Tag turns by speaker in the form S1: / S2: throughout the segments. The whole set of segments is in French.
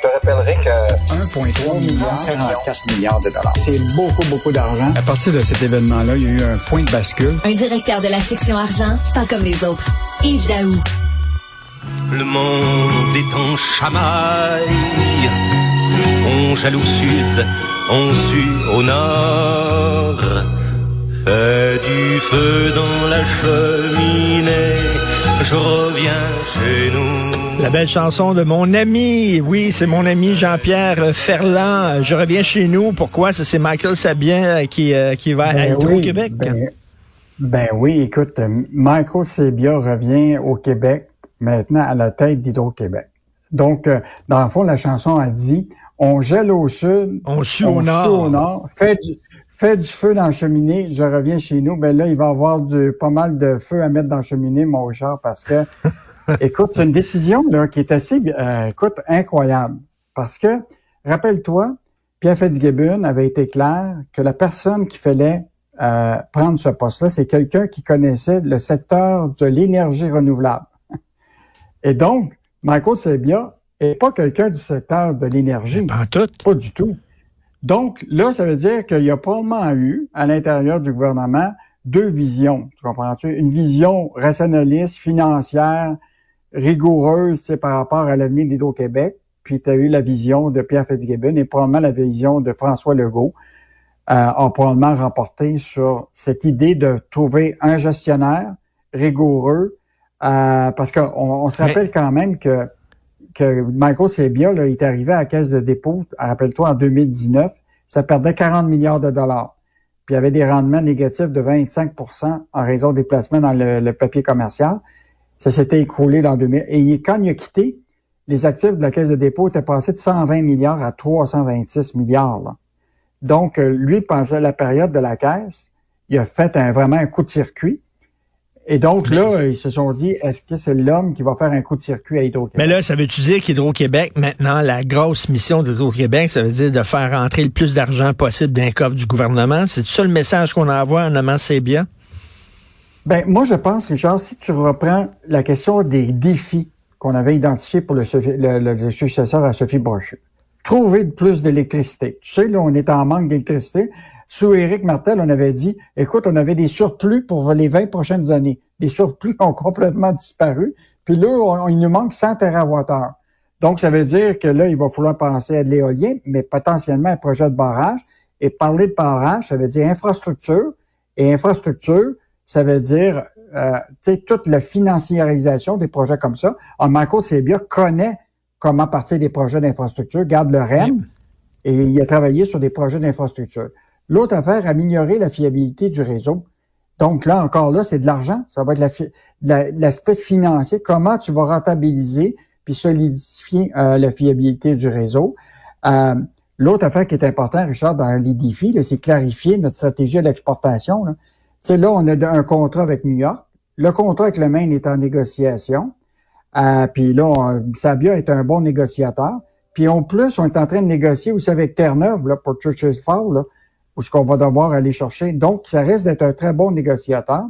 S1: Je te rappellerai que
S2: 1,3 milliard, 44 milliards de dollars. C'est beaucoup, beaucoup d'argent.
S3: À partir de cet événement-là, il y a eu un point de bascule.
S4: Un directeur de la section argent, pas comme les autres. Yves Daou.
S5: Le monde est en chamaille. On jaloux au sud, on sue au nord. Fais du feu dans la cheminée, je reviens chez nous.
S6: La belle chanson de mon ami, oui, c'est mon ami Jean-Pierre Ferland. Je reviens chez nous. Pourquoi? C'est Michael Sabia qui va à Hydro-Québec.
S2: Ben oui, écoute, Michael Sabia revient au Québec, maintenant à la tête d'Hydro-Québec. Donc, dans le fond, la chanson a dit, on gèle au sud,
S6: on sue au nord,
S2: fait du feu dans la cheminée, je reviens chez nous. Ben là, il va y avoir pas mal de feu à mettre dans la cheminée, mon cher, parce que, écoute, c'est une décision là qui est assez, incroyable. Parce que, rappelle-toi, Pierre Fitzgibbon avait été clair que la personne qui fallait prendre ce poste-là, c'est quelqu'un qui connaissait le secteur de l'énergie renouvelable. Et donc, Michael Sabia n'est pas quelqu'un du secteur de l'énergie.
S6: Pas tout.
S2: Pas du tout. Donc, là, ça veut dire qu'il y a probablement eu, à l'intérieur du gouvernement, deux visions. Tu comprends-tu? Une vision rationaliste, financière, rigoureuse, par rapport à l'avenir d'Hydro-Québec. Puis, tu as eu la vision de Pierre Fitzgibbon et probablement la vision de François Legault a probablement remporté sur cette idée de trouver un gestionnaire rigoureux, parce qu'on se rappelle quand même que Michael Sabia, là, il est arrivé à la Caisse de dépôt, rappelle-toi, en 2019, ça perdait 40 milliards de dollars. Puis il y avait des rendements négatifs de 25 % en raison des placements dans le papier commercial. Ça s'était écroulé dans 2000. Et quand il a quitté, les actifs de la Caisse de dépôt étaient passés de 120 milliards à 326 milliards. Là. Donc, lui, pendant la période de la Caisse, il a fait vraiment un coup de circuit. Et donc là, ils se sont dit, est-ce que c'est l'homme qui va faire un coup de circuit à Hydro-Québec?
S6: Mais là, ça veut-tu dire qu'Hydro-Québec, maintenant, la grosse mission d'Hydro-Québec, ça veut dire de faire rentrer le plus d'argent possible dans le coffre du gouvernement? C'est ça le message qu'on envoie en nommant Sabia? Ben,
S2: moi, je pense, Richard, si tu reprends la question des défis qu'on avait identifiés pour le successeur à Sophie Brochu, trouver plus d'électricité. Tu sais, là, on est en manque d'électricité. Sous Éric Martel, on avait dit, écoute, on avait des surplus pour les 20 prochaines années. Les surplus ont complètement disparu. Puis là, il nous manque 100 TWh. Donc, ça veut dire que là, il va falloir penser à de l'éolien, mais potentiellement un projet de barrage. Et parler de barrage, ça veut dire infrastructure. Et infrastructure, ça veut dire, toute la financiarisation des projets comme ça. Michael Sabia connaît comment partir des projets d'infrastructure, garde le REM, et il a travaillé sur des projets d'infrastructure. L'autre affaire, améliorer la fiabilité du réseau. Donc là, encore là, c'est de l'argent. Ça va être l'aspect financier. Comment tu vas rentabiliser puis solidifier la fiabilité du réseau. L'autre affaire qui est importante, Richard, dans les défis, là, c'est clarifier notre stratégie à l'exportation. Tu sais, là, on a un contrat avec New York. Le contrat avec le Maine est en négociation. Puis là, Sabia est un bon négociateur. Puis en plus, on est en train de négocier aussi avec Terre-Neuve, là, pour Churchill Falls, là, où ce qu'on va devoir aller chercher. Donc, ça risque d'être un très bon négociateur.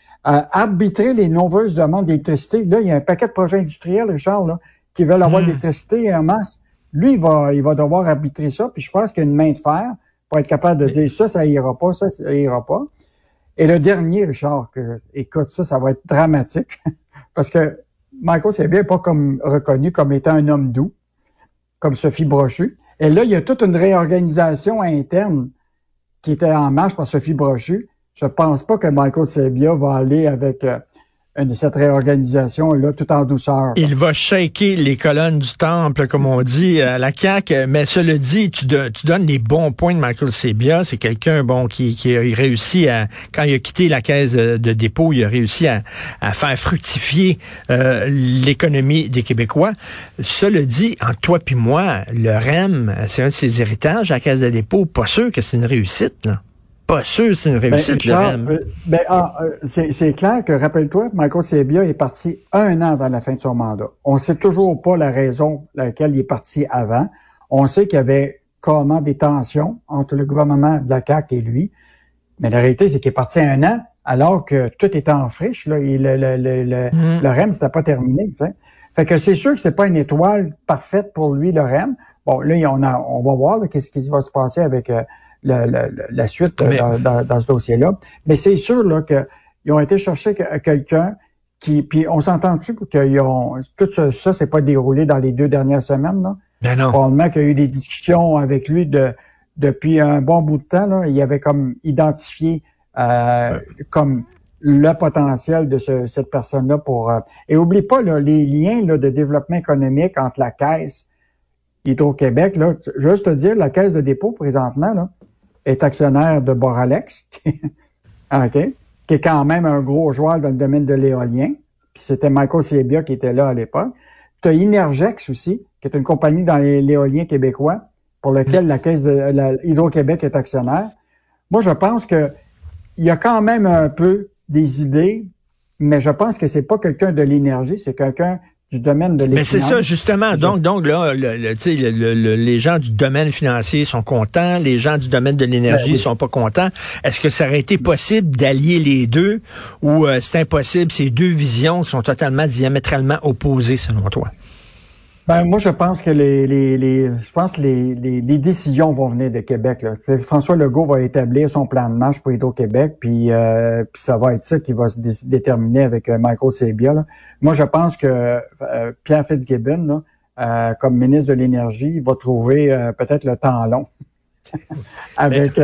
S2: Arbitrer les nombreuses demandes d'électricité. Là, il y a un paquet de projets industriels, Richard, là, qui veulent avoir de l'électricité en masse. Lui, il va devoir arbitrer ça. Puis je pense qu'il y a une main de fer pour être capable de dire ça ira pas, ça ira pas. Et le dernier, Richard, écoute, ça va être dramatique. Parce que Michael Sabia n'est pas reconnu comme étant un homme doux, comme Sophie Brochu. Et là, il y a toute une réorganisation interne qui était en marche par Sophie Brochu. Je pense pas que Michael Sabia va aller avec cette réorganisation-là tout en douceur.
S6: Il va shaker les colonnes du temple, comme on dit à la CAQ. Mais cela dit, tu donnes des bons points de Michael Sabia. C'est quelqu'un qui a réussi quand il a quitté la caisse de dépôt, il a réussi à faire fructifier l'économie des Québécois. Cela dit, entre toi puis moi, le REM, c'est un de ses héritages à la caisse de dépôt. Pas sûr que c'est une réussite, là. Pas sûr, c'est une réussite, le REM.
S2: C'est clair que, rappelle-toi, Michael Sabia est parti 1 an avant la fin de son mandat. On sait toujours pas la raison pour laquelle il est parti avant. On sait qu'il y avait carrément des tensions entre le gouvernement de la CAQ et lui. Mais la réalité, c'est qu'il est parti 1 an alors que tout était en friche, là. Le REM, c'était pas terminé, tu sais. Fait que c'est sûr que c'est pas une étoile parfaite pour lui, le REM. Bon, là, on va voir qu'est-ce qui va se passer avec la suite dans ce dossier-là. Mais c'est sûr là qu'ils ont été chercher quelqu'un puis on s'entend-tu tout ça s'est pas déroulé dans les 2 dernières semaines, là?
S6: Ben non.
S2: Probablement qu'il y a eu des discussions avec lui depuis un bon bout de temps, là. Il avait comme identifié comme le potentiel de cette personne-là et oublie pas là, les liens là, de développement économique entre la Caisse Hydro-Québec, là, juste te dire, la Caisse de dépôt présentement là, est actionnaire de Boralex, OK, qui est quand même un gros joueur dans le domaine de l'éolien. Puis c'était Michael Sebia qui était là à l'époque. Tu as Inergex aussi, qui est une compagnie dans l'éolien québécois, pour lequel la Caisse de Hydro-Québec est actionnaire. Moi, je pense que il y a quand même un peu des idées, mais je pense que c'est pas quelqu'un de l'énergie, c'est quelqu'un du domaine de l'énergie.
S6: Mais c'est ça, justement. Donc là, les gens du domaine financier sont contents, les gens du domaine de l'énergie sont pas contents. Est-ce que ça aurait été possible d'allier les deux ou c'est impossible, ces deux visions qui sont totalement diamétralement opposées, selon toi?
S2: Ben moi je pense que les décisions vont venir de Québec là. François Legault va établir son plan de marche pour Hydro-Québec puis ça va être ça qui va se déterminer avec Michael Sebia là. Moi je pense que Pierre Fitzgibbon là, comme ministre de l'énergie va trouver peut-être le temps long avec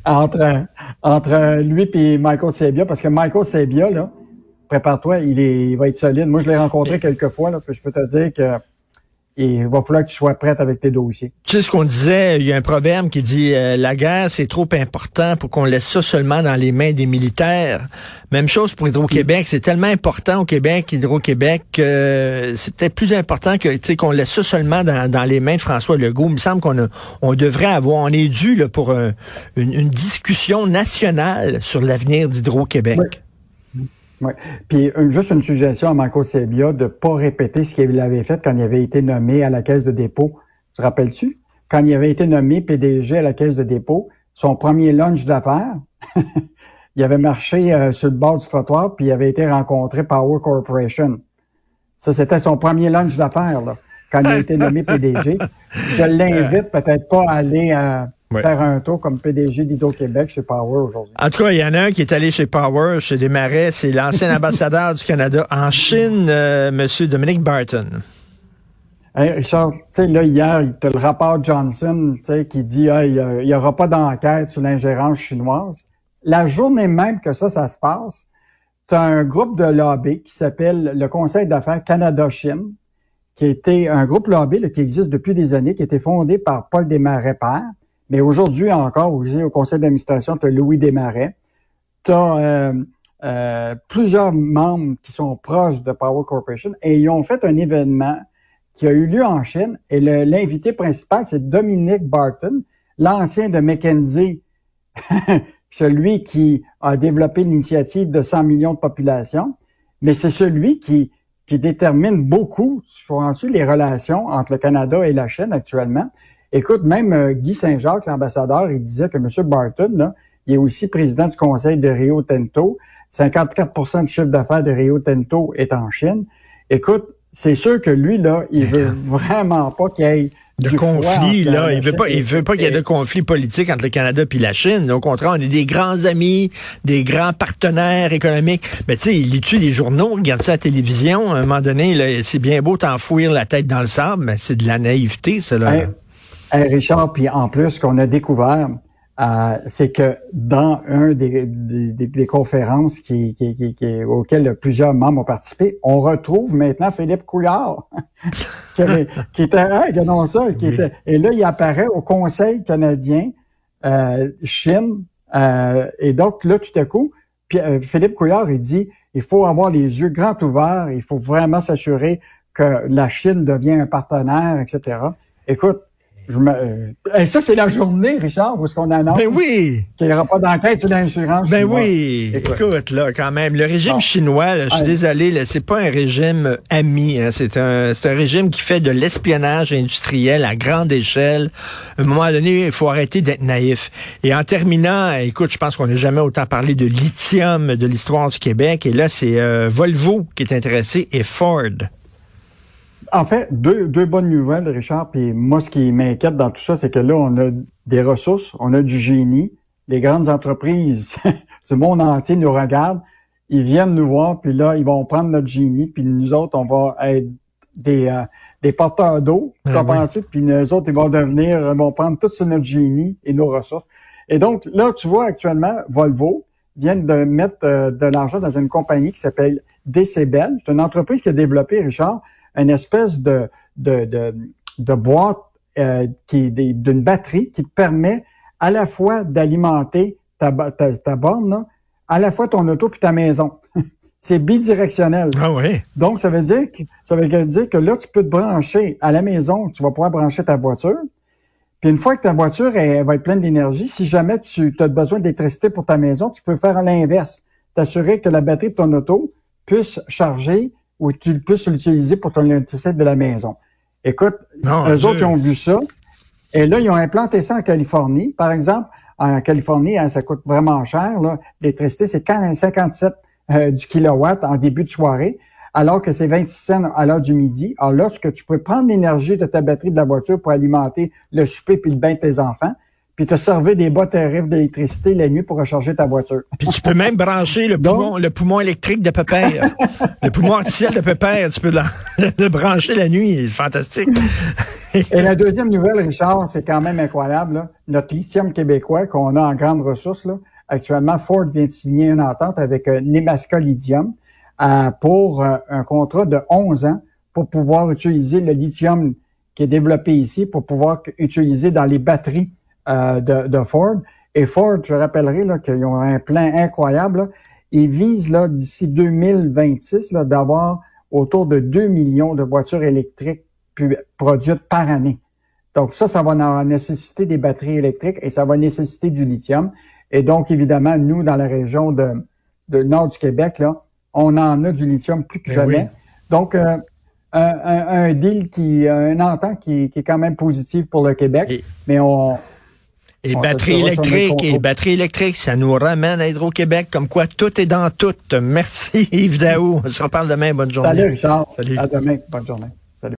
S2: entre lui et Michael Sebia parce que Michael Sebia là, prépare-toi, il va être solide. Moi je l'ai rencontré quelques fois là, puis je peux te dire que il va falloir que tu sois prête avec tes dossiers.
S6: Tu sais ce qu'on disait, il y a un proverbe qui dit la guerre, c'est trop important pour qu'on laisse ça seulement dans les mains des militaires. Même chose pour Hydro-Québec, c'est tellement important au Québec, Hydro-Québec, c'est peut-être plus important que tu sais qu'on laisse ça seulement dans les mains de François Legault. Il me semble on devrait avoir, on est dû là, pour une discussion nationale sur l'avenir d'Hydro-Québec.
S2: Oui. Oui. Puis juste une suggestion à Michael Sebia de pas répéter ce qu'il avait fait quand il avait été nommé à la Caisse de dépôt. Tu te rappelles-tu? Quand il avait été nommé PDG à la Caisse de dépôt, son premier lunch d'affaires, il avait marché sur le bord du trottoir puis il avait été rencontré Power Corporation. Ça, c'était son premier lunch d'affaires, là, quand il a été nommé PDG. Je l'invite peut-être pas à aller faire un tour comme PDG d'Hydro-Québec chez Power aujourd'hui.
S6: En tout cas, il y en a un qui est allé chez Power, chez Desmarais, c'est l'ancien ambassadeur du Canada en Chine, Monsieur Dominic Barton.
S2: Hey, Richard, tu sais, là, hier, tu as le rapport Johnson, tu sais, qui dit, il y aura pas d'enquête sur l'ingérence chinoise. La journée même que ça se passe, tu as un groupe de lobby qui s'appelle le Conseil d'affaires Canada-Chine, qui était un groupe lobby là, qui existe depuis des années, qui a été fondé par Paul Desmarais père. Mais aujourd'hui encore, au conseil d'administration, tu as Louis Desmarais. Tu as plusieurs membres qui sont proches de Power Corporation et ils ont fait un événement qui a eu lieu en Chine. Et l'invité principal, c'est Dominic Barton, l'ancien de McKinsey, celui qui a développé l'initiative de 100 millions de population. Mais c'est celui qui détermine beaucoup sur les relations entre le Canada et la Chine actuellement. Écoute, même Guy Saint-Jacques, l'ambassadeur, il disait que M. Barton, là, il est aussi président du conseil de Rio Tinto. 54% du chiffre d'affaires de Rio Tinto est en Chine. Écoute, c'est sûr que lui, là, il veut vraiment pas qu'il y ait
S6: de conflit, là. Il veut pas qu'il y ait de conflit politique entre le Canada puis la Chine. Au contraire, on est des grands amis, des grands partenaires économiques. Mais tu sais, il lit-tu les journaux, regarde ça à la télévision. À un moment donné, là, c'est bien beau t'enfouir la tête dans le sable, mais c'est de la naïveté, ça, là.
S2: Richard, puis en plus, ce qu'on a découvert, c'est que dans un des conférences auxquelles plusieurs membres ont participé, on retrouve maintenant Philippe Couillard, qui était, et là, il apparaît au Conseil canadien Chine, et donc là, tout à coup, Philippe Couillard, il dit, il faut avoir les yeux grands ouverts, il faut vraiment s'assurer que la Chine devient un partenaire, etc. Écoute, ça, c'est la journée, Richard, où est-ce qu'on annonce qu'il n'y aura pas d'enquête sur l'insurance chinoise.
S6: Oui, écoute, là, quand même, le régime chinois, là, je suis désolé, là, c'est pas un régime ami, hein, c'est un régime qui fait de l'espionnage industriel à grande échelle. À un moment donné, il faut arrêter d'être naïf. Et en terminant, écoute, je pense qu'on n'a jamais autant parlé de lithium de l'histoire du Québec, et là, c'est Volvo qui est intéressé et Ford.
S2: En fait, deux bonnes nouvelles, Richard. Puis moi, ce qui m'inquiète dans tout ça, c'est que là, on a des ressources, on a du génie. Les grandes entreprises du monde entier nous regardent. Ils viennent nous voir, puis là, ils vont prendre notre génie, puis nous autres, on va être des porteurs d'eau, comprends-tu? Puis nous autres, ils vont prendre tout sur notre génie et nos ressources. Et donc, là, tu vois, actuellement, Volvo viennent de mettre de l'argent dans une compagnie qui s'appelle Decibel. C'est une entreprise qui a développé, Richard, une espèce de boîte d'une batterie qui te permet à la fois d'alimenter ta borne, là, à la fois ton auto puis ta maison. C'est bidirectionnel.
S6: Ah oui.
S2: Donc, ça veut dire que là, tu peux te brancher à la maison, tu vas pouvoir brancher ta voiture. Puis une fois que ta voiture elle va être pleine d'énergie, si jamais tu as besoin d'électricité pour ta maison, tu peux faire à l'inverse. T'assurer que la batterie de ton auto puisse charger ou tu puisses l'utiliser pour ton électricité de la maison. Écoute, eux autres, ils ont vu ça. Et là, ils ont implanté ça en Californie. Par exemple, en Californie, hein, ça coûte vraiment cher. L'électricité, c'est 57 du kilowatt en début de soirée, alors que c'est 26 cents à l'heure du midi. Alors là, ce que tu peux prendre l'énergie de ta batterie de la voiture pour alimenter le souper puis le bain de tes enfants, puis te servir des bas tarifs d'électricité la nuit pour recharger ta voiture.
S6: Puis tu peux même brancher le poumon électrique de Pépère. Le poumon artificiel de Pépère, tu peux le brancher la nuit. C'est fantastique.
S2: Et la deuxième nouvelle, Richard, c'est quand même incroyable. Là. Notre lithium québécois qu'on a en grande ressource, là, actuellement, Ford vient de signer une entente avec Nemaska Lithium pour un contrat de 11 ans pour pouvoir utiliser le lithium qui est développé ici pour pouvoir utiliser dans les batteries de Ford. Et Ford, je rappellerai là, qu'ils ont un plan incroyable. Là. Ils visent là, d'ici 2026 là, d'avoir autour de 2 millions de voitures électriques produites par année. Donc ça va nécessiter des batteries électriques et ça va nécessiter du lithium. Et donc, évidemment, nous, dans la région de nord du Québec, là, on en a du lithium plus que jamais. Oui. Donc, un deal une entente qui est quand même positive pour le Québec.
S6: Et batterie électrique, ça nous ramène à Hydro-Québec, comme quoi tout est dans tout. Merci Yves Daou. On se reparle demain. Bonne journée.
S2: Salut Richard.
S6: Salut.
S2: À demain. Bonne journée.